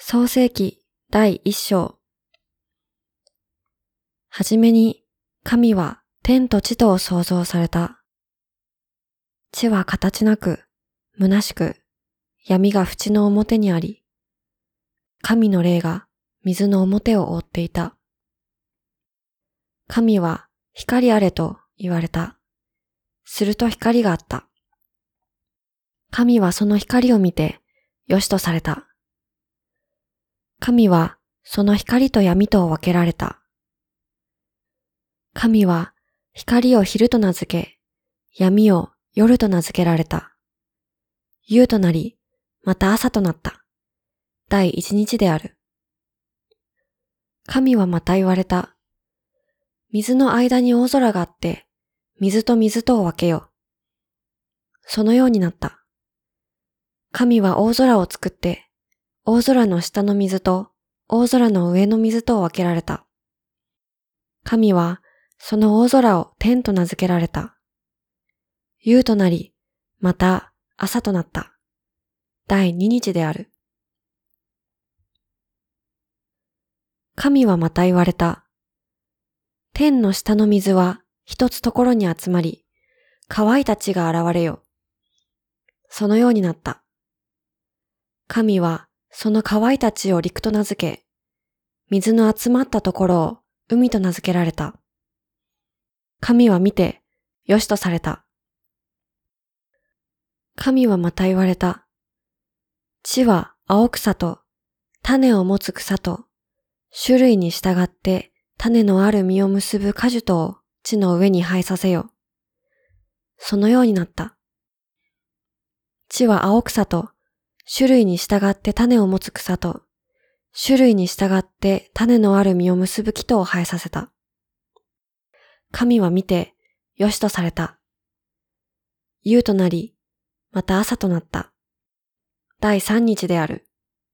創世記第一章。はじめに神は天と地とを創造された。地は形なく、虚しく、闇が淵の表にあり、神の霊が水の表を覆っていた。神は光あれと言われた。すると光があった。神はその光を見て、よしとされた。神はその光と闇とを分けられた。神は光を昼と名付け、闇を夜と名付けられた。夕となり、また朝となった。第一日である。神はまた言われた。水の間に大空があって、水と水とを分けよ。そのようになった。神は大空を作って、大空の下の水と大空の上の水とを分けられた。神はその大空を天と名付けられた。夕となり、また朝となった。第二日である。神はまた言われた。天の下の水は一つところに集まり、乾いた地が現れよ。そのようになった。神はその乾いた地を陸と名付け、水の集まったところを海と名付けられた。神は見て、よしとされた。神はまた言われた。地は青草と、種を持つ草と、種類に従って種のある実を結ぶ果樹とを地の上に生えさせよ。そのようになった。地は青草と、種類に従って種を持つ草と、種類に従って種のある実を結ぶ木とを生えさせた。神は見て、よしとされた。夕となり、また朝となった。第三日である。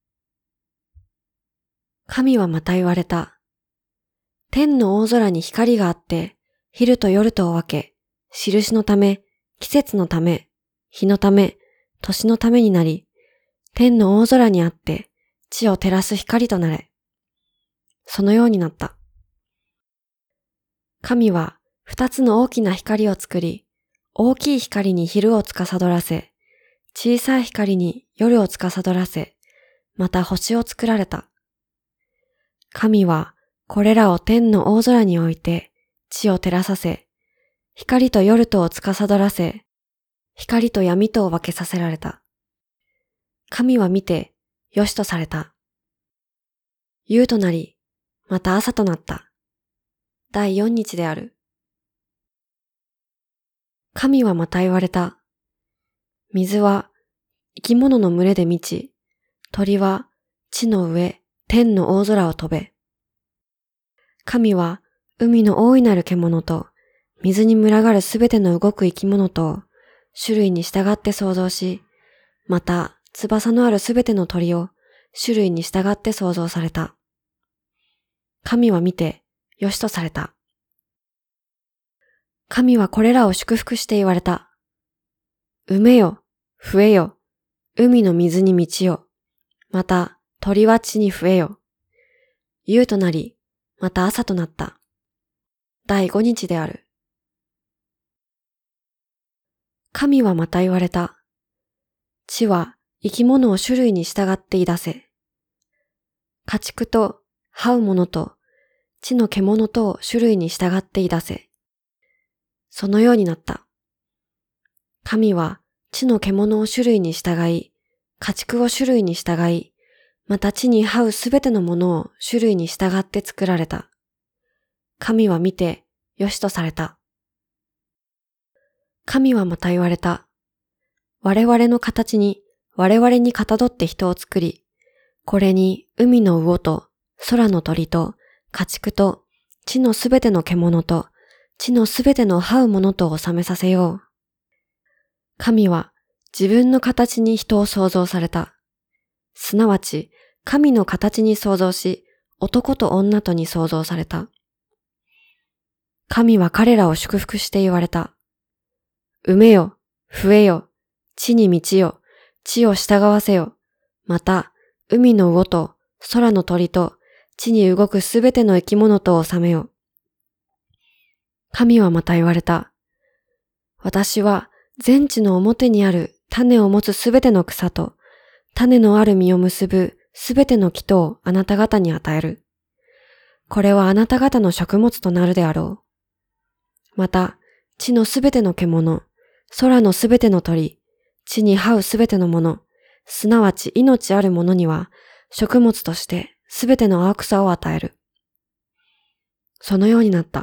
神はまた言われた。天の大空に光があって、昼と夜とを分け、印のため、季節のため、日のため、年のためになり、天の大空にあって、地を照らす光となれ。そのようになった。神は二つの大きな光を作り、大きい光に昼を司らせ、小さい光に夜を司らせ、また星を作られた。神はこれらを天の大空に置いて、地を照らさせ、光と夜とを司らせ、光と闇とを分けさせられた。神は見て、よしとされた。夕となり、また朝となった。第四日である。神はまた言われた。水は生き物の群れで満ち、鳥は地の上、天の大空を飛べ。神は海の大いなる獣と、水に群がるすべての動く生き物と、種類に従って創造し、また翼のあるすべての鳥を種類に従って創造された。神は見て、よしとされた。神はこれらを祝福して言われた。埋めよ、増えよ、海の水に満ちよ。また鳥は地に増えよ。夕となり、また朝となった。第五日である。神はまた言われた。地は生き物を種類に従っていだせ。家畜と這うものと地の獣とを種類に従っていだせ。そのようになった。神は地の獣を種類に従い、家畜を種類に従い、また地に這うすべてのものを種類に従って作られた。神は見て、よしとされた。神はまた言われた。我々の形に、我々にかたどって人を作り、これに海の魚と、空の鳥と、家畜と、地のすべての獣と、地のすべての這うものと収めさせよう。神は自分の形に人を創造された。すなわち、神の形に創造し、男と女とに創造された。神は彼らを祝福して言われた。埋めよ、増えよ、地に満ちよ、地を従わせよ。また、海の魚と空の鳥と地に動くすべての生き物とを治めよ。神はまた言われた。私は全地の表にある種を持つすべての草と種のある実を結ぶすべての木とをあなた方に与える。これはあなた方の食物となるであろう。また、地のすべての獣、空のすべての鳥、地に這うすべてのもの、すなわち命あるものには食物としてすべての青草を与える。そのようになった。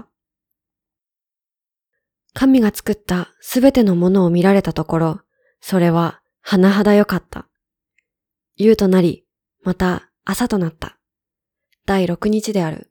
神が作ったすべてのものを見られたところ、それは甚だ良かった。夕となり、また朝となった。第6日である。